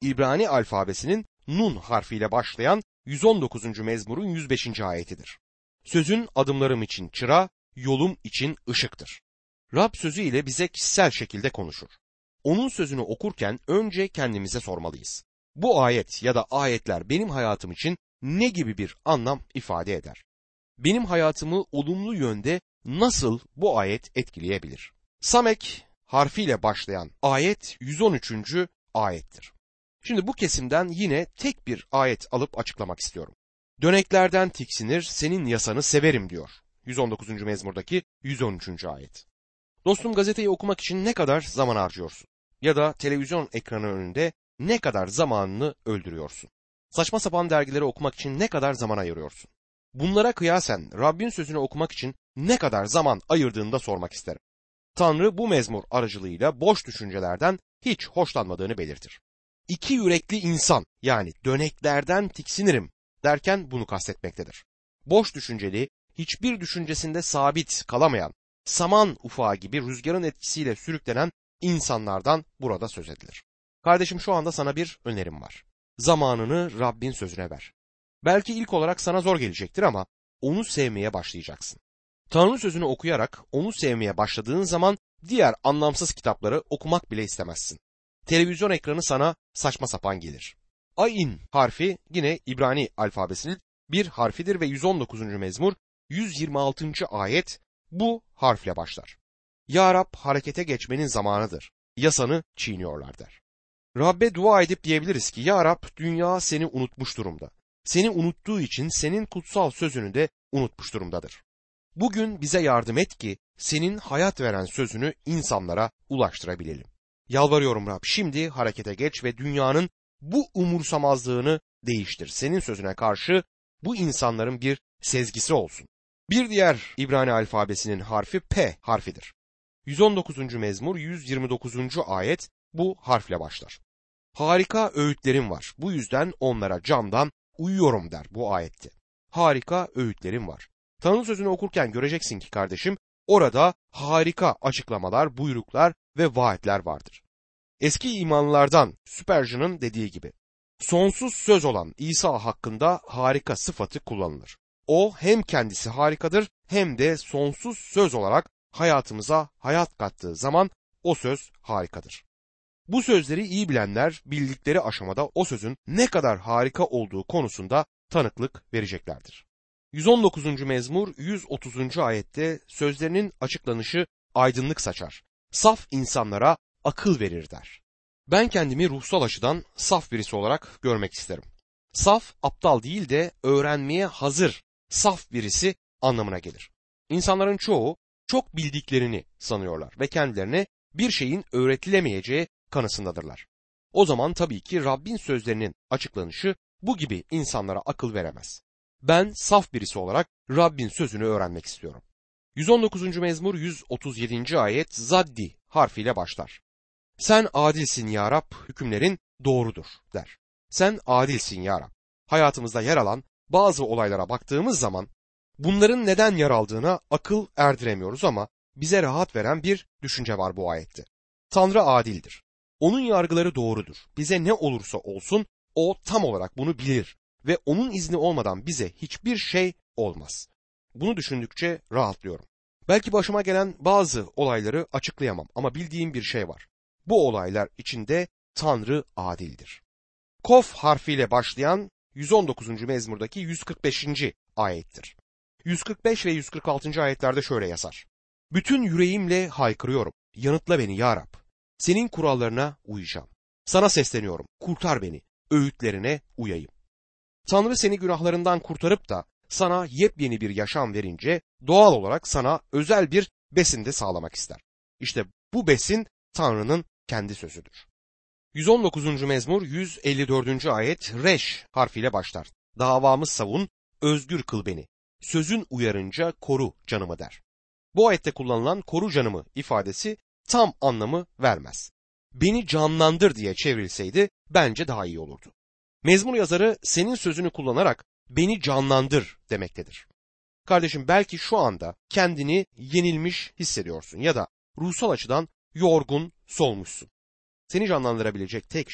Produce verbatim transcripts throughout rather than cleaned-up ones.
İbrani alfabesinin Nun harfiyle başlayan yüz on dokuzuncu mezmurun yüz beşinci ayetidir. Sözün adımlarım için çıra, yolum için ışıktır. Rab sözü ile bize kişisel şekilde konuşur. Onun sözünü okurken önce kendimize sormalıyız. Bu ayet ya da ayetler benim hayatım için ne gibi bir anlam ifade eder? Benim hayatımı olumlu yönde nasıl bu ayet etkileyebilir? Samek harfiyle başlayan ayet yüz on üçüncü ayettir. Şimdi bu kesimden yine tek bir ayet alıp açıklamak istiyorum. Döneklerden tiksinir, senin yasanı severim diyor. yüz on dokuzuncu mezmurdaki yüz on üçüncü ayet. Dostum, gazeteyi okumak için ne kadar zaman harcıyorsun? Ya da televizyon ekranı önünde ne kadar zamanını öldürüyorsun? Saçma sapan dergileri okumak için ne kadar zaman ayırıyorsun? Bunlara kıyasen Rabbin sözünü okumak için ne kadar zaman ayırdığını da sormak isterim. Tanrı bu mezmur aracılığıyla boş düşüncelerden hiç hoşlanmadığını belirtir. İki yürekli insan, yani döneklerden tiksinirim derken bunu kastetmektedir. Boş düşünceli, hiçbir düşüncesinde sabit kalamayan, saman ufağı gibi rüzgarın etkisiyle sürüklenen insanlardan burada söz edilir. Kardeşim, şu anda sana bir önerim var. Zamanını Rabbin sözüne ver. Belki ilk olarak sana zor gelecektir ama onu sevmeye başlayacaksın. Tanrı sözünü okuyarak onu sevmeye başladığın zaman diğer anlamsız kitapları okumak bile istemezsin. Televizyon ekranı sana saçma sapan gelir. Ayin harfi yine İbrani alfabesinin bir harfidir ve yüz on dokuzuncu mezmur yüz yirmi altıncı ayet bu harfle başlar. Ya Rab, harekete geçmenin zamanıdır. Yasanı çiğniyorlar der. Rabbe dua edip diyebiliriz ki Ya Rab, dünya seni unutmuş durumda. Seni unuttuğu için senin kutsal sözünü de unutmuş durumdadır. Bugün bize yardım et ki senin hayat veren sözünü insanlara ulaştırabilelim. Yalvarıyorum Rab, şimdi harekete geç ve dünyanın bu umursamazlığını değiştir. Senin sözüne karşı bu insanların bir sezgisi olsun. Bir diğer İbrani alfabesinin harfi P harfidir. yüz on dokuzuncu mezmur yüz yirmi dokuzuncu ayet bu harfle başlar. Harika öğütlerim var. Bu yüzden onlara camdan uyuyorum der bu ayette. Harika öğütlerim var. Tanrı sözünü okurken göreceksin ki kardeşim, orada harika açıklamalar, buyruklar ve vaatler vardır. Eski imanlılardan Spurgeon'ın dediği gibi, sonsuz söz olan İsa hakkında harika sıfatı kullanılır. O hem kendisi harikadır hem de sonsuz söz olarak hayatımıza hayat kattığı zaman o söz harikadır. Bu sözleri iyi bilenler bildikleri aşamada o sözün ne kadar harika olduğu konusunda tanıklık vereceklerdir. yüz on dokuzuncu mezmur yüz otuzuncu ayette sözlerinin açıklanışı aydınlık saçar. Saf insanlara akıl verir der. Ben kendimi ruhsal açıdan saf birisi olarak görmek isterim. Saf, aptal değil de öğrenmeye hazır, saf birisi anlamına gelir. İnsanların çoğu çok bildiklerini sanıyorlar ve kendilerine bir şeyin öğretilemeyeceği kanısındadırlar. O zaman tabii ki Rabbin sözlerinin açıklanışı bu gibi insanlara akıl veremez. Ben saf birisi olarak Rabbin sözünü öğrenmek istiyorum. yüz on dokuzuncu mezmur yüz otuz yedinci ayet zaddi harfiyle başlar. Sen adilsin ya Rab, hükümlerin doğrudur der. Sen adilsin ya Rab. Hayatımızda yer alan bazı olaylara baktığımız zaman bunların neden yer aldığına akıl erdiremiyoruz ama bize rahat veren bir düşünce var bu ayette. Tanrı adildir. Onun yargıları doğrudur. Bize ne olursa olsun o tam olarak bunu bilir ve onun izni olmadan bize hiçbir şey olmaz. Bunu düşündükçe rahatlıyorum. Belki başıma gelen bazı olayları açıklayamam ama bildiğim bir şey var. Bu olaylar içinde Tanrı adildir. Kof harfiyle başlayan yüz on dokuzuncu mezmurdaki yüz kırk beşinci ayettir. yüz kırk beş ve yüz kırk altıncı ayetlerde şöyle yazar. Bütün yüreğimle haykırıyorum. Yanıtla beni ya Rab. Senin kurallarına uyacağım. Sana sesleniyorum. Kurtar beni. Öğütlerine uyayım. Tanrı seni günahlarından kurtarıp da sana yepyeni bir yaşam verince doğal olarak sana özel bir besin de sağlamak ister. İşte bu besin Tanrı'nın kendi sözüdür. yüz on dokuzuncu mezmur yüz elli dördüncü ayet reş harfiyle başlar. Davamı savun, özgür kıl beni. Sözün uyarınca koru canımı der. Bu ayette kullanılan koru canımı ifadesi tam anlamı vermez. Beni canlandır diye çevrilseydi bence daha iyi olurdu. Mezmur yazarı senin sözünü kullanarak beni canlandır demektedir. Kardeşim, belki şu anda kendini yenilmiş hissediyorsun ya da ruhsal açıdan yorgun, solmuşsun. Seni canlandırabilecek tek şey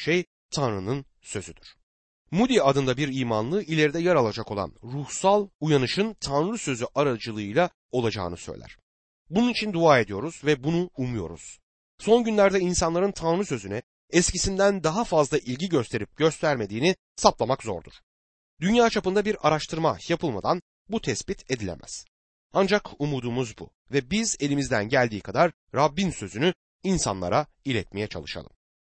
Tanrı'nın sözüdür. Moody adında bir imanlı ileride yer alacak olan ruhsal uyanışın Tanrı sözü aracılığıyla olacağını söyler. Bunun için dua ediyoruz ve bunu umuyoruz. Son günlerde insanların Tanrı sözüne eskisinden daha fazla ilgi gösterip göstermediğini saptamak zordur. Dünya çapında bir araştırma yapılmadan bu tespit edilemez. Ancak umudumuz bu ve biz elimizden geldiği kadar Rabbin sözünü insanlara iletmeye çalışalım.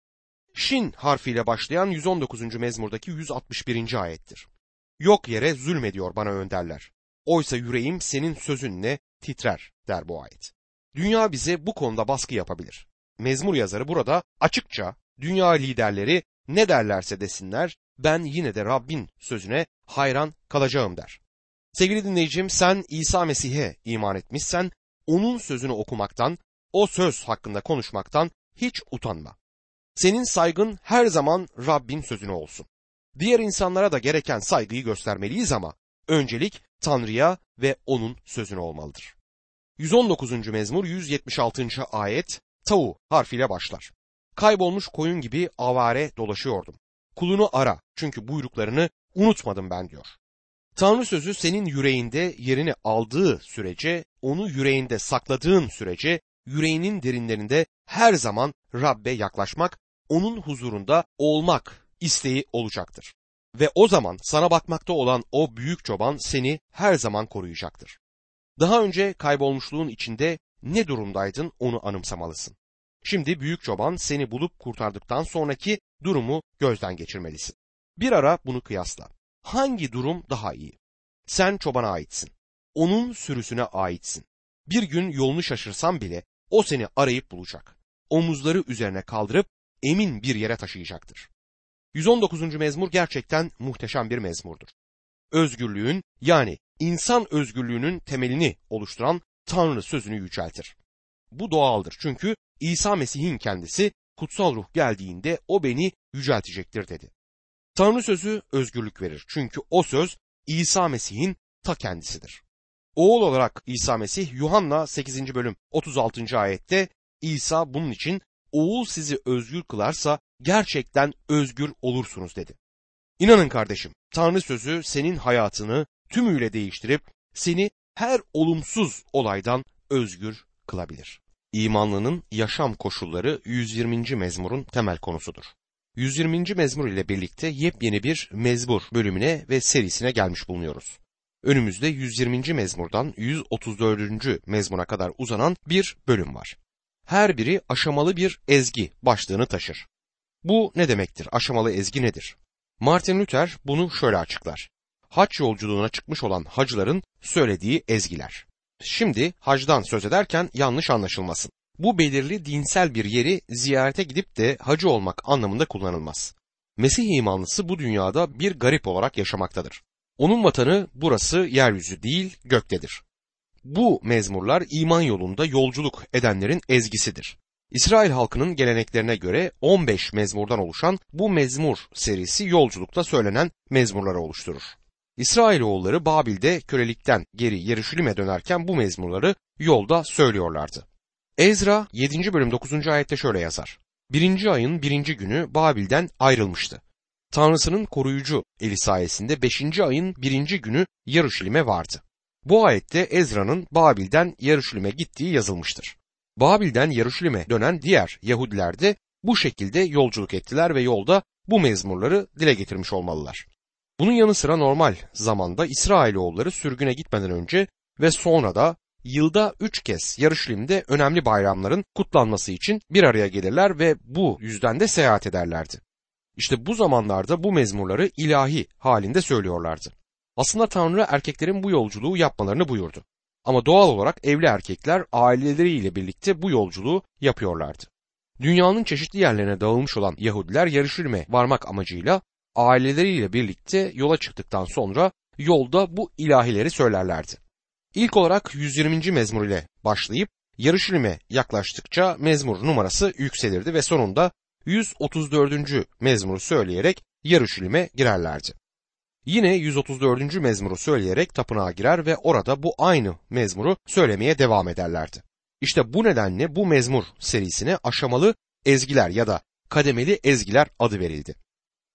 Şin harfiyle başlayan yüz on dokuzuncu mezmurdaki yüz altmış birinci ayettir. Yok yere zulmediyor bana önderler. Oysa yüreğim senin sözünle titrer der bu ayet. Dünya bize bu konuda baskı yapabilir. Mezmur yazarı burada açıkça dünya liderleri ne derlerse desinler ben yine de Rabbin sözüne hayran kalacağım der. Sevgili dinleyicim, sen İsa Mesih'e iman etmişsen onun sözünü okumaktan, o söz hakkında konuşmaktan hiç utanma. Senin saygın her zaman Rabbin sözüne olsun. Diğer insanlara da gereken saygıyı göstermeliyiz ama öncelik Tanrı'ya ve onun sözüne olmalıdır. yüz on dokuzuncu mezmur yüz yetmiş altıncı ayet Tavu harfiyle başlar. Kaybolmuş koyun gibi avare dolaşıyordum. Kulunu ara çünkü buyruklarını unutmadım ben diyor. Tanrı sözü senin yüreğinde yerini aldığı sürece, onu yüreğinde sakladığın sürece, yüreğinin derinlerinde her zaman Rabbe yaklaşmak, onun huzurunda olmak isteği olacaktır. Ve o zaman sana bakmakta olan o büyük çoban seni her zaman koruyacaktır. Daha önce kaybolmuşluğun içinde ne durumdaydın onu anımsamalısın. Şimdi büyük çoban seni bulup kurtardıktan sonraki durumu gözden geçirmelisin. Bir ara bunu kıyasla. Hangi durum daha iyi? Sen çobana aitsin. Onun sürüsüne aitsin. Bir gün yolunu şaşırsan bile o seni arayıp bulacak. Omuzları üzerine kaldırıp emin bir yere taşıyacaktır. yüz on dokuzuncu mezmur gerçekten muhteşem bir mezmurdur. Özgürlüğün yani insan özgürlüğünün temelini oluşturan Tanrı sözünü yüceltir. Bu doğaldır çünkü İsa Mesih'in kendisi kutsal ruh geldiğinde o beni yüceltecektir dedi. Tanrı sözü özgürlük verir çünkü o söz İsa Mesih'in ta kendisidir. Oğul olarak İsa Mesih Yuhanna sekizinci bölüm otuz altıncı ayette İsa bunun için oğul sizi özgür kılarsa gerçekten özgür olursunuz dedi. İnanın kardeşim, Tanrı sözü senin hayatını tümüyle değiştirip seni her olumsuz olaydan özgür kılabilir. İmanlının yaşam koşulları yüz yirminci mezmurun temel konusudur. yüz yirminci mezmur ile birlikte yepyeni bir mezmur bölümüne ve serisine gelmiş bulunuyoruz. Önümüzde yüz yirminci mezmurdan yüz otuz dördüncü mezmura kadar uzanan bir bölüm var. Her biri aşamalı bir ezgi başlığını taşır. Bu ne demektir? Aşamalı ezgi nedir? Martin Luther bunu şöyle açıklar. Hac yolculuğuna çıkmış olan hacıların söylediği ezgiler. Şimdi hacdan söz ederken yanlış anlaşılmasın. Bu belirli dinsel bir yeri ziyarete gidip de hacı olmak anlamında kullanılmaz. Mesih imanlısı bu dünyada bir garip olarak yaşamaktadır. Onun vatanı burası yeryüzü değil göktedir. Bu mezmurlar iman yolunda yolculuk edenlerin ezgisidir. İsrail halkının geleneklerine göre on beş mezmurdan oluşan bu mezmur serisi yolculukta söylenen mezmurları oluşturur. İsrailoğulları Babil'de kölelikten geri Yeruşalim'e dönerken bu mezmurları yolda söylüyorlardı. Ezra yedinci bölüm dokuzuncu ayette şöyle yazar. Birinci ayın birinci günü Babil'den ayrılmıştı. Tanrısının koruyucu eli sayesinde beşinci ayın birinci günü Yeruşalim'e vardı. Bu ayette Ezra'nın Babil'den Yeruşalim'e gittiği yazılmıştır. Babil'den Yeruşalim'e dönen diğer Yahudiler de bu şekilde yolculuk ettiler ve yolda bu mezmurları dile getirmiş olmalılar. Bunun yanı sıra normal zamanda İsrailoğulları sürgüne gitmeden önce ve sonra da yılda üç kez Yeruşalim'de önemli bayramların kutlanması için bir araya gelirler ve bu yüzden de seyahat ederlerdi. İşte bu zamanlarda bu mezmurları ilahi halinde söylüyorlardı. Aslında Tanrı erkeklerin bu yolculuğu yapmalarını buyurdu. Ama doğal olarak evli erkekler aileleriyle birlikte bu yolculuğu yapıyorlardı. Dünyanın çeşitli yerlerine dağılmış olan Yahudiler Yeruşalim'e varmak amacıyla aileleriyle birlikte yola çıktıktan sonra yolda bu ilahileri söylerlerdi. İlk olarak yüz yirminci mezmur ile başlayıp Yeruşalim'e yaklaştıkça mezmur numarası yükselirdi ve sonunda yüz otuz dördüncü mezmuru söyleyerek Yeruşalim'e girerlerdi. Yine yüz otuz dördüncü mezmuru söyleyerek tapınağa girer ve orada bu aynı mezmuru söylemeye devam ederlerdi. İşte bu nedenle bu mezmur serisine aşamalı ezgiler ya da kademeli ezgiler adı verildi.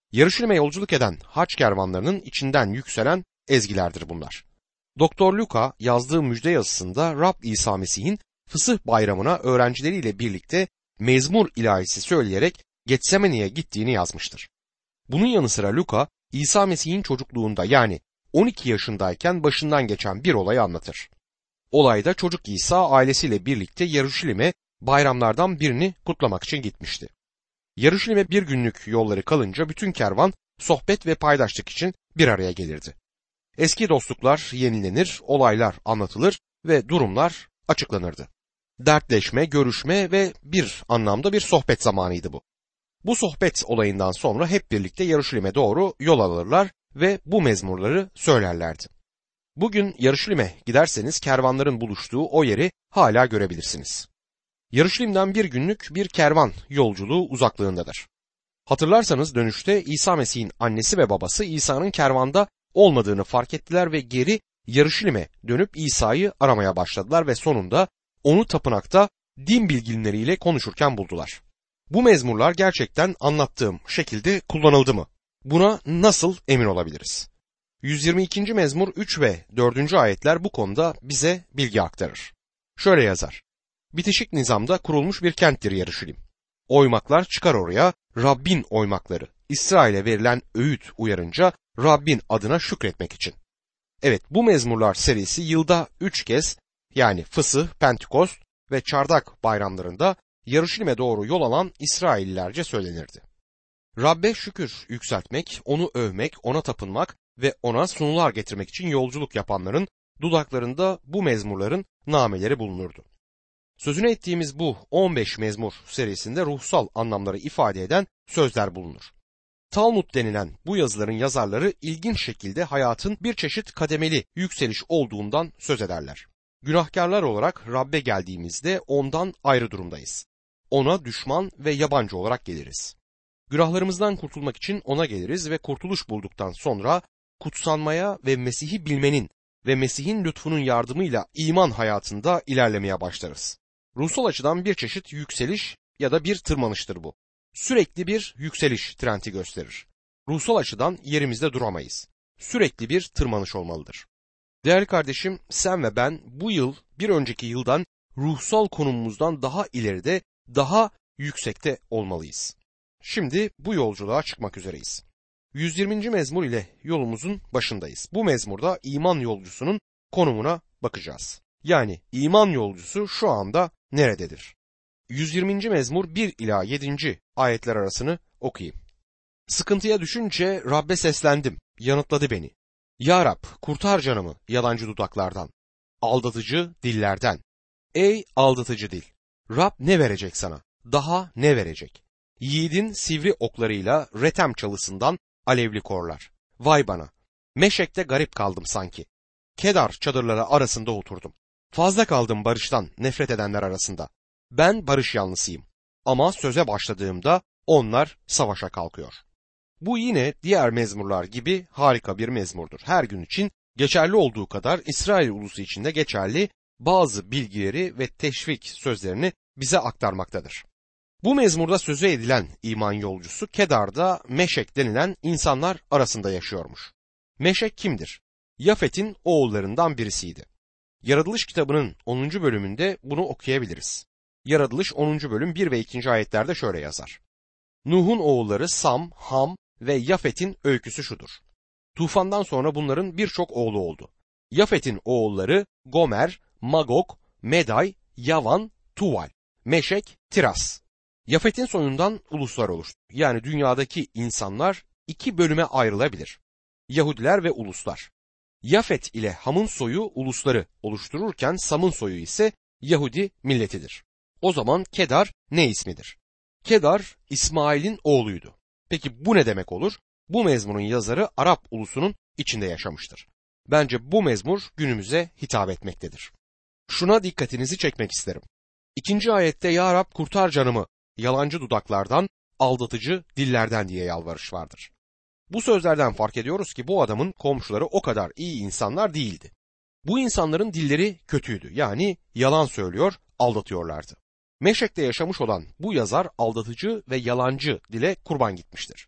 Yeruşalim'e yolculuk eden haç kervanlarının içinden yükselen ezgilerdir bunlar. Doktor Luka yazdığı müjde yazısında Rab İsa Mesih'in Fısıh Bayramı'na öğrencileriyle birlikte mezmur ilahisi söyleyerek Getsemani'ye gittiğini yazmıştır. Bunun yanı sıra Luka, İsa Mesih'in çocukluğunda yani on iki yaşındayken başından geçen bir olayı anlatır. Olayda çocuk İsa ailesiyle birlikte Yeruşalim'e bayramlardan birini kutlamak için gitmişti. Yeruşalim'e bir günlük yolları kalınca bütün kervan sohbet ve paydaşlık için bir araya gelirdi. Eski dostluklar yenilenir, olaylar anlatılır ve durumlar açıklanırdı. Dertleşme, görüşme ve bir anlamda bir sohbet zamanıydı bu. Bu sohbet olayından sonra hep birlikte Yeruşalim'e doğru yol alırlar ve bu mezmurları söylerlerdi. Bugün Yeruşalim'e giderseniz kervanların buluştuğu o yeri hala görebilirsiniz. Yeruşalim'den bir günlük bir kervan yolculuğu uzaklığındadır. Hatırlarsanız dönüşte İsa Mesih'in annesi ve babası İsa'nın kervanda olmadığını fark ettiler ve geri Yeruşalim'e dönüp İsa'yı aramaya başladılar ve sonunda onu tapınakta din bilginleriyle konuşurken buldular. Bu mezmurlar gerçekten anlattığım şekilde kullanıldı mı? Buna nasıl emin olabiliriz? yüz yirmi ikinci mezmur üç ve dördüncü ayetler bu konuda bize bilgi aktarır. Şöyle yazar: Bitişik nizamda kurulmuş bir kenttir Yeruşalim. Oymaklar çıkar oraya, Rabbin oymakları. İsrail'e verilen öğüt uyarınca Rabbin adına şükretmek için. Evet, bu mezmurlar serisi yılda üç kez yani Fısıh, Pentekost ve Çardak bayramlarında Yeruşalim'e doğru yol alan İsraillilerce söylenirdi. Rabbe şükür yükseltmek, onu övmek, ona tapınmak ve ona sunular getirmek için yolculuk yapanların dudaklarında bu mezmurların nameleri bulunurdu. Sözünü ettiğimiz bu on beş mezmur serisinde ruhsal anlamları ifade eden sözler bulunur. Talmud denilen bu yazıların yazarları ilginç şekilde hayatın bir çeşit kademeli yükseliş olduğundan söz ederler. Günahkarlar olarak Rabbe geldiğimizde ondan ayrı durumdayız. Ona düşman ve yabancı olarak geliriz. Günahlarımızdan kurtulmak için ona geliriz ve kurtuluş bulduktan sonra kutsanmaya ve Mesih'i bilmenin ve Mesih'in lütfunun yardımıyla iman hayatında ilerlemeye başlarız. Ruhsal açıdan bir çeşit yükseliş ya da bir tırmanıştır bu. Sürekli bir yükseliş trendi gösterir. Ruhsal açıdan yerimizde duramayız. Sürekli bir tırmanış olmalıdır. Değerli kardeşim, sen ve ben bu yıl bir önceki yıldan ruhsal konumumuzdan daha ileride, daha yüksekte olmalıyız. Şimdi bu yolculuğa çıkmak üzereyiz. yüz yirminci mezmur ile yolumuzun başındayız. Bu mezmurda iman yolcusunun konumuna bakacağız. Yani iman yolcusu şu anda nerededir? yüz yirminci mezmur bir ila yedinci ayetler arasını okuyayım. Sıkıntıya düşünce Rabbe seslendim, yanıtladı beni. Ya Rab, kurtar canımı yalancı dudaklardan, aldatıcı dillerden. Ey aldatıcı dil, Rab ne verecek sana? Daha ne verecek? Yiğidin sivri oklarıyla retem çalısından alevli korlar. Vay bana! Meşek'te garip kaldım sanki. Kedar çadırları arasında oturdum. Fazla kaldım barıştan nefret edenler arasında. Ben barış yanlısıyım. Ama söze başladığımda onlar savaşa kalkıyor. Bu yine diğer mezmurlar gibi harika bir mezmurdur. Her gün için geçerli olduğu kadar İsrail ulusu için de geçerli bazı bilgileri ve teşvik sözlerini bize aktarmaktadır. Bu mezmurda sözü edilen iman yolcusu Kedar'da Meşek denilen insanlar arasında yaşıyormuş. Meşek kimdir? Yafet'in oğullarından birisiydi. Yaratılış kitabının onuncu bölümünde bunu okuyabiliriz. Yaratılış onuncu bölüm bir ve ikinci ayetlerde şöyle yazar. Nuh'un oğulları Sam, Ham ve Yafet'in öyküsü şudur. Tufandan sonra bunların birçok oğlu oldu. Yafet'in oğulları Gomer, Magog, Meday, Yavan, Tuval, Meşek, Tiras. Yafet'in soyundan uluslar oluştu. Yani dünyadaki insanlar iki bölüme ayrılabilir. Yahudiler ve uluslar. Yafet ile Ham'ın soyu ulusları oluştururken Sam'ın soyu ise Yahudi milletidir. O zaman Kedar ne ismidir? Kedar İsmail'in oğluydu. Peki bu ne demek olur? Bu mezmurun yazarı Arap ulusunun içinde yaşamıştır. Bence bu mezmur günümüze hitap etmektedir. Şuna dikkatinizi çekmek isterim. İkinci ayette Ya Rab kurtar canımı yalancı dudaklardan, aldatıcı dillerden diye yalvarış vardır. Bu sözlerden fark ediyoruz ki bu adamın komşuları o kadar iyi insanlar değildi. Bu insanların dilleri kötüydü, yani yalan söylüyor, aldatıyorlardı. Meşek'te yaşamış olan bu yazar aldatıcı ve yalancı dile kurban gitmiştir.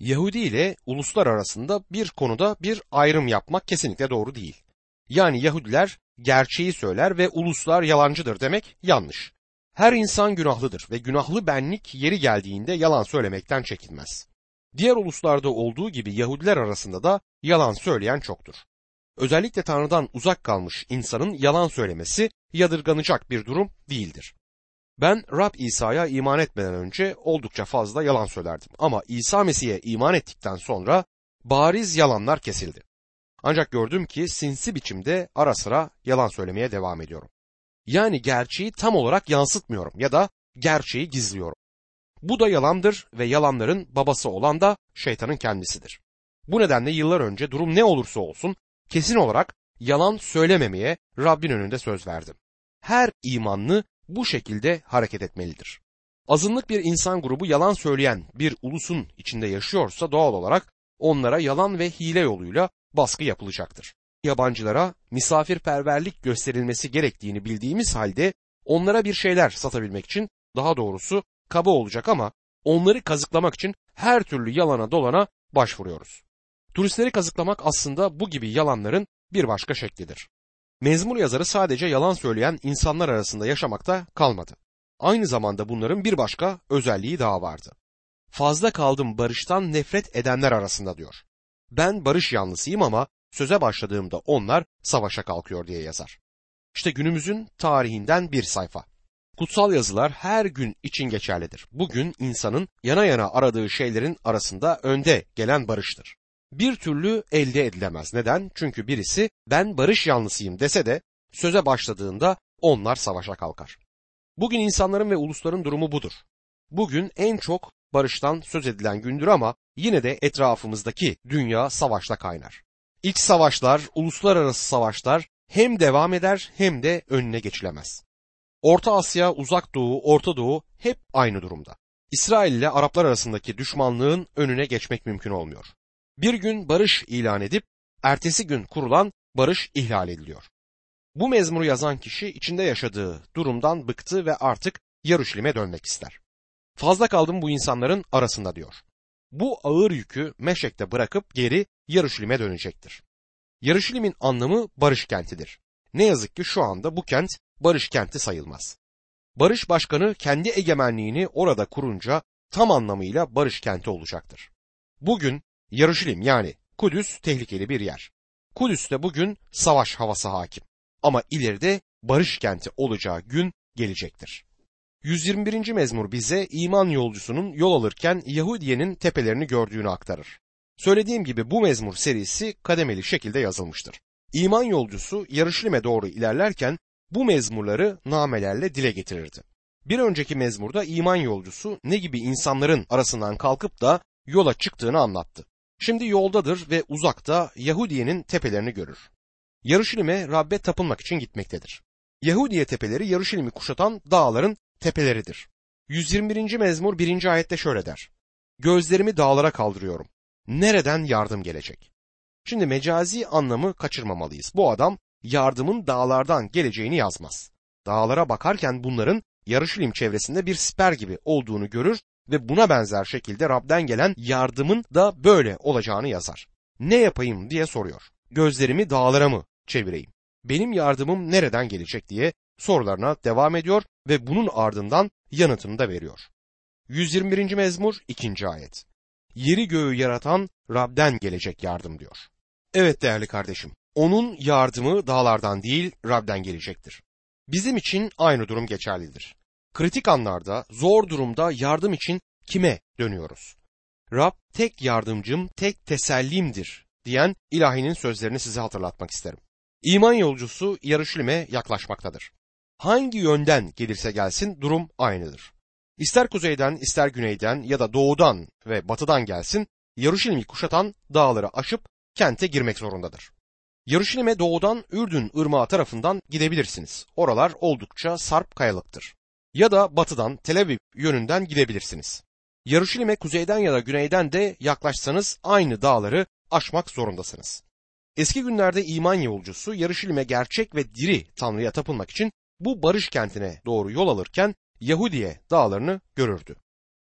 Yahudi ile uluslar arasında bir konuda bir ayrım yapmak kesinlikle doğru değil. Yani Yahudiler gerçeği söyler ve uluslar yalancıdır demek yanlış. Her insan günahlıdır ve günahlı benlik yeri geldiğinde yalan söylemekten çekinmez. Diğer uluslarda olduğu gibi Yahudiler arasında da yalan söyleyen çoktur. Özellikle Tanrı'dan uzak kalmış insanın yalan söylemesi yadırganacak bir durum değildir. Ben Rab İsa'ya iman etmeden önce oldukça fazla yalan söylerdim ama İsa Mesih'e iman ettikten sonra bariz yalanlar kesildi. Ancak gördüm ki sinsi biçimde ara sıra yalan söylemeye devam ediyorum. Yani gerçeği tam olarak yansıtmıyorum ya da gerçeği gizliyorum. Bu da yalandır ve yalanların babası olan da şeytanın kendisidir. Bu nedenle yıllar önce durum ne olursa olsun kesin olarak yalan söylememeye Rabbin önünde söz verdim. Her imanlı bu şekilde hareket etmelidir. Azınlık bir insan grubu yalan söyleyen bir ulusun içinde yaşıyorsa doğal olarak onlara yalan ve hile yoluyla baskı yapılacaktır. Yabancılara misafirperverlik gösterilmesi gerektiğini bildiğimiz halde onlara bir şeyler satabilmek için, daha doğrusu kaba olacak ama onları kazıklamak için her türlü yalana dolana başvuruyoruz. Turistleri kazıklamak aslında bu gibi yalanların bir başka şeklidir. Mezmur yazarı sadece yalan söyleyen insanlar arasında yaşamakta kalmadı. Aynı zamanda bunların bir başka özelliği daha vardı. Fazla kaldım barıştan nefret edenler arasında diyor. Ben barış yanlısıyım ama söze başladığımda onlar savaşa kalkıyor diye yazar. İşte günümüzün tarihinden bir sayfa. Kutsal yazılar her gün için geçerlidir. Bugün insanın yana yana aradığı şeylerin arasında önde gelen barıştır. Bir türlü elde edilemez. Neden? Çünkü birisi ben barış yanlısıyım dese de söze başladığında onlar savaşa kalkar. Bugün insanların ve ulusların durumu budur. Bugün en çok barıştan söz edilen gündür ama yine de etrafımızdaki dünya savaşla kaynar. İç savaşlar, uluslararası savaşlar hem devam eder hem de önüne geçilemez. Orta Asya, Uzak Doğu, Orta Doğu hep aynı durumda. İsrail ile Araplar arasındaki düşmanlığın önüne geçmek mümkün olmuyor. Bir gün barış ilan edip ertesi gün kurulan barış ihlal ediliyor. Bu mezmuru yazan kişi içinde yaşadığı durumdan bıktı ve artık Yaruşilim'e dönmek ister. Fazla kaldım bu insanların arasında diyor. Bu ağır yükü Meşek'te bırakıp geri Yaruşilim'e dönecektir. Yaruşilim'in anlamı barış kentidir. Ne yazık ki şu anda bu kent barış kenti sayılmaz. Barış başkanı kendi egemenliğini orada kurunca tam anlamıyla barış kenti olacaktır. Bugün Yaruşilim yani Kudüs tehlikeli bir yer. Kudüs'te bugün savaş havası hakim. Ama ileride barış kenti olacağı gün gelecektir. yüz yirmi birinci mezmur bize iman yolcusunun yol alırken Yahudiye'nin tepelerini gördüğünü aktarır. Söylediğim gibi bu mezmur serisi kademeli şekilde yazılmıştır. İman yolcusu Yaruşilim'e doğru ilerlerken bu mezmurları namelerle dile getirirdi. Bir önceki mezmurda iman yolcusu ne gibi insanların arasından kalkıp da yola çıktığını anlattı. Şimdi yoldadır ve uzakta Yahudiye'nin tepelerini görür. Yaruşilim'e Rab'be tapınmak için gitmektedir. Yahudiye tepeleri Yaruşilim'i kuşatan dağların tepeleridir. yüz yirmi birinci mezmur birinci ayette şöyle der. Gözlerimi dağlara kaldırıyorum. Nereden yardım gelecek? Şimdi mecazi anlamı kaçırmamalıyız. Bu adam yardımın dağlardan geleceğini yazmaz. Dağlara bakarken bunların Yaruşilim çevresinde bir siper gibi olduğunu görür ve buna benzer şekilde Rab'den gelen yardımın da böyle olacağını yazar. Ne yapayım diye soruyor. Gözlerimi dağlara mı çevireyim? Benim yardımım nereden gelecek diye sorularına devam ediyor ve bunun ardından yanıtını da veriyor. yüz yirmi birinci mezmur ikinci ayet. Yeri göğü yaratan Rab'den gelecek yardım diyor. Evet değerli kardeşim, onun yardımı dağlardan değil Rab'den gelecektir. Bizim için aynı durum geçerlidir. Kritik anlarda, zor durumda yardım için kime dönüyoruz? Rab tek yardımcım, tek tesellimdir diyen ilahinin sözlerini size hatırlatmak isterim. İman yolcusu Yaruşilim'e yaklaşmaktadır. Hangi yönden gelirse gelsin durum aynıdır. İster kuzeyden, ister güneyden ya da doğudan ve batıdan gelsin, Yaruşilim'i kuşatan dağları aşıp kente girmek zorundadır. Yaruşilim'e doğudan Ürdün ırmağı tarafından gidebilirsiniz. Oralar oldukça sarp kayalıktır. Ya da batıdan Tel Aviv yönünden gidebilirsiniz. Yaruşilim'e kuzeyden ya da güneyden de yaklaşsanız aynı dağları aşmak zorundasınız. Eski günlerde iman yolcusu Yaruşilim'e gerçek ve diri Tanrı'ya tapınmak için bu barış kentine doğru yol alırken Yahudiye dağlarını görürdü.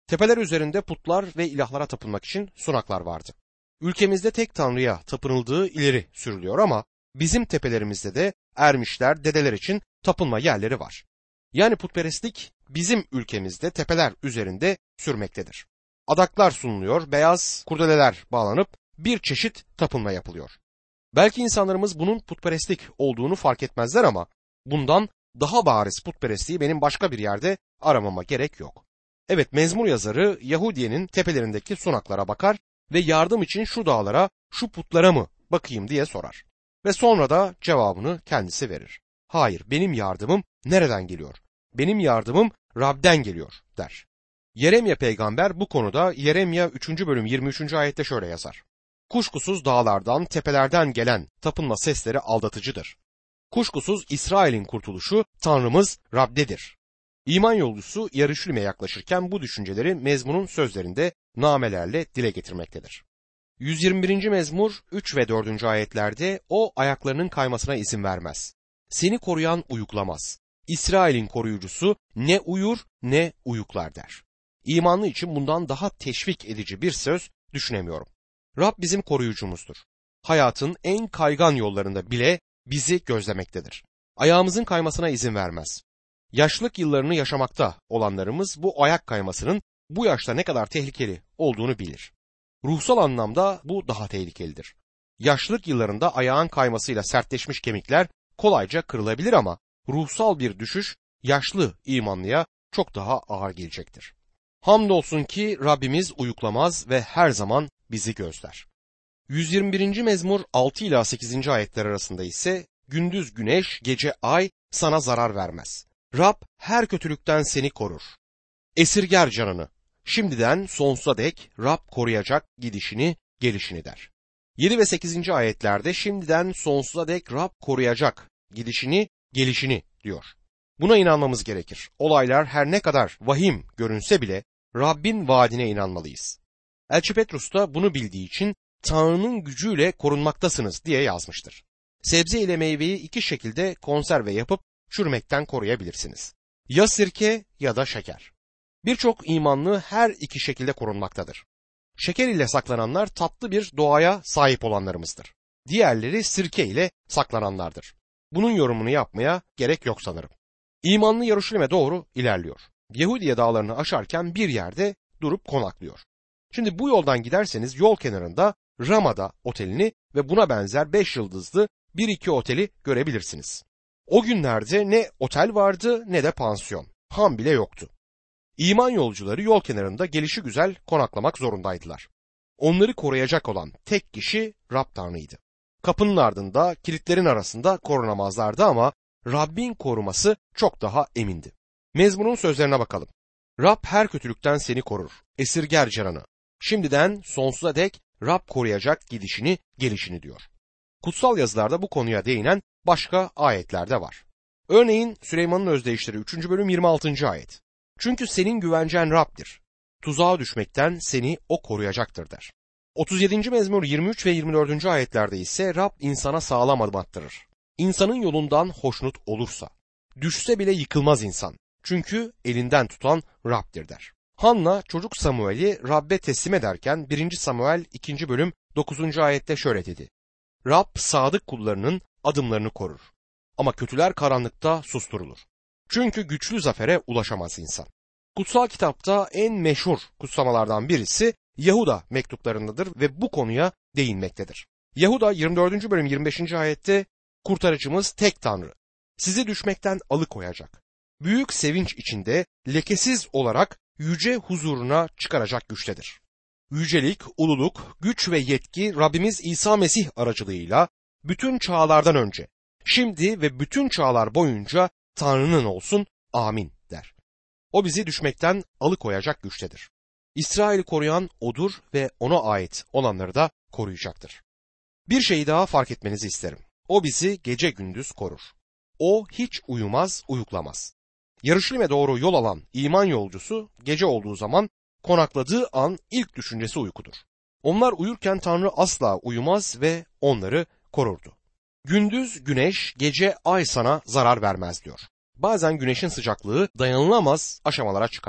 Tepeler üzerinde putlar ve ilahlara tapınmak için sunaklar vardı. Ülkemizde tek tanrıya tapınıldığı ileri sürülüyor ama bizim tepelerimizde de ermişler, dedeler için tapınma yerleri var. Yani putperestlik bizim ülkemizde tepeler üzerinde sürmektedir. Adaklar sunuluyor, beyaz kurdeleler bağlanıp bir çeşit tapınma yapılıyor. Belki insanlarımız bunun putperestlik olduğunu fark etmezler ama bundan daha bariz putperestliği benim başka bir yerde aramama gerek yok. Evet, mezmur yazarı Yahudiye'nin tepelerindeki sunaklara bakar ve yardım için şu dağlara, şu putlara mı bakayım diye sorar. Ve sonra da cevabını kendisi verir. Hayır, benim yardımım nereden geliyor? Benim yardımım Rab'den geliyor der. Yeremya peygamber bu konuda Yeremya üçüncü bölüm yirmi üçüncü ayette şöyle yazar. Kuşkusuz dağlardan, tepelerden gelen tapınma sesleri aldatıcıdır. Kuşkusuz İsrail'in kurtuluşu Tanrımız Rab'dedir. İman yolcusu Yarışlim'e yaklaşırken bu düşünceleri mezmunun sözlerinde namelerle dile getirmektedir. yüz yirmi birinci mezmur üç ve dördüncü ayetlerde o ayaklarının kaymasına izin vermez. Seni koruyan uyuklamaz. İsrail'in koruyucusu ne uyur ne uyuklar der. İmanlı için bundan daha teşvik edici bir söz düşünemiyorum. Rab bizim koruyucumuzdur. Hayatın en kaygan yollarında bile bizi gözlemektedir. Ayağımızın kaymasına izin vermez. Yaşlılık yıllarını yaşamakta olanlarımız bu ayak kaymasının bu yaşta ne kadar tehlikeli olduğunu bilir. Ruhsal anlamda bu daha tehlikelidir. Yaşlılık yıllarında ayağın kaymasıyla sertleşmiş kemikler kolayca kırılabilir ama ruhsal bir düşüş yaşlı imanlıya çok daha ağır gelecektir. Hamdolsun ki Rabbimiz uyuklamaz ve her zaman bizi gözler. yüz yirmi birinci mezmur altı ila sekizinci ayetler arasında ise gündüz güneş, gece ay sana zarar vermez. Rab her kötülükten seni korur. Esirger canını. Şimdiden sonsuza dek Rab koruyacak gidişini, gelişini der. yedi ve sekizinci ayetlerde şimdiden sonsuza dek Rab koruyacak gidişini, gelişini diyor. Buna inanmamız gerekir. Olaylar her ne kadar vahim görünse bile Rabbin vaadine inanmalıyız. Elçi Petrus da bunu bildiği için Tanrı'nın gücüyle korunmaktasınız diye yazmıştır. Sebze ile meyveyi iki şekilde konserve yapıp çürümekten koruyabilirsiniz. Ya sirke ya da şeker. Birçok imanlı her iki şekilde korunmaktadır. Şeker ile saklananlar tatlı bir doğaya sahip olanlarımızdır. Diğerleri sirke ile saklananlardır. Bunun yorumunu yapmaya gerek yok sanırım. İmanlı Yarışlim'e doğru ilerliyor. Yahudiye dağlarını aşarken bir yerde durup konaklıyor. Şimdi bu yoldan giderseniz yol kenarında Ramada otelini ve buna benzer beş yıldızlı bir iki oteli görebilirsiniz. O günlerde ne otel vardı ne de pansiyon. Han bile yoktu. İman yolcuları yol kenarında gelişigüzel konaklamak zorundaydılar. Onları koruyacak olan tek kişi Rab Tanrı'ydı. Kapının ardında, kilitlerin arasında korunamazlardı ama Rabbin koruması çok daha emindi. Mezmunun sözlerine bakalım. Rab her kötülükten seni korur. Esirger canını. Şimdiden sonsuza dek Rab koruyacak gidişini, gelişini diyor. Kutsal yazılarda bu konuya değinen başka ayetler de var. Örneğin Süleyman'ın özdeyişleri üçüncü bölüm yirmi altıncı ayet. Çünkü senin güvencen Rab'dir. Tuzağa düşmekten seni o koruyacaktır der. otuz yedinci mezmur yirmi üç ve yirmi dördüncü ayetlerde ise Rab insana sağlam adım attırır. İnsanın yolundan hoşnut olursa. Düşse bile yıkılmaz insan. Çünkü elinden tutan Rab'dir der. Hanna çocuk Samuel'i Rab'be teslim ederken birinci Samuel ikinci bölüm dokuzuncu ayette şöyle dedi. Rab sadık kullarının adımlarını korur. Ama kötüler karanlıkta susturulur. Çünkü güçlü zafere ulaşamaz insan. Kutsal kitapta en meşhur kutsamalardan birisi Yahuda mektuplarındadır ve bu konuya değinmektedir. Yahuda yirmi dördüncü bölüm yirmi beşinci ayette kurtarıcımız tek Tanrı. Sizi düşmekten alıkoyacak. Büyük sevinç içinde lekesiz olarak yüce huzuruna çıkaracak güçtedir. Yücelik, ululuk, güç ve yetki Rabbimiz İsa Mesih aracılığıyla bütün çağlardan önce, şimdi ve bütün çağlar boyunca Tanrı'nın olsun, amin der. O bizi düşmekten alıkoyacak güçtedir. İsrail'i koruyan O'dur ve O'na ait olanları da koruyacaktır. Bir şeyi daha fark etmenizi isterim. O bizi gece gündüz korur. O hiç uyumaz, uyuklamaz. Yarışlim'e doğru yol alan iman yolcusu gece olduğu zaman konakladığı an ilk düşüncesi uykudur. Onlar uyurken Tanrı asla uyumaz ve onları korurdu. Gündüz güneş, gece ay sana zarar vermez diyor. Bazen güneşin sıcaklığı dayanılamaz aşamalara çıkardı.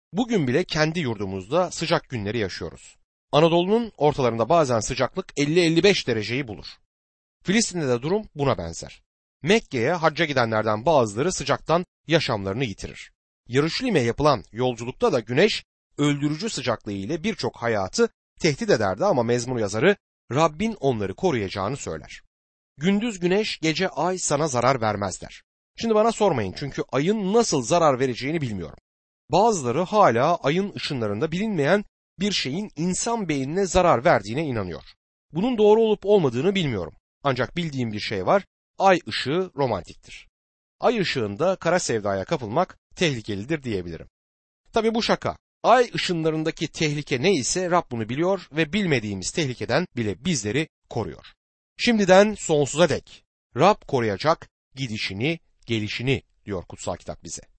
Bugün bile kendi yurdumuzda sıcak günleri yaşıyoruz. Anadolu'nun ortalarında bazen sıcaklık elli elli beş dereceyi bulur. Filistin'de de durum buna benzer. Mekke'ye hacca gidenlerden bazıları sıcaktan yaşamlarını yitirir. Yeruşalim'e yapılan yolculukta da güneş öldürücü sıcaklığı ile birçok hayatı tehdit ederdi ama mezmur yazarı Rabbin onları koruyacağını söyler. Gündüz güneş, gece ay sana zarar vermez der. Şimdi bana sormayın çünkü ayın nasıl zarar vereceğini bilmiyorum. Bazıları hala ayın ışınlarında bilinmeyen bir şeyin insan beynine zarar verdiğine inanıyor. Bunun doğru olup olmadığını bilmiyorum. Ancak bildiğim bir şey var, ay ışığı romantiktir. Ay ışığında kara sevdaya kapılmak tehlikelidir diyebilirim. Tabii bu şaka. Ay ışınlarındaki tehlike neyse Rab bunu biliyor ve bilmediğimiz tehlikeden bile bizleri koruyor. Şimdiden sonsuza dek Rab koruyacak gidişini, gelişini diyor kutsal kitap bize.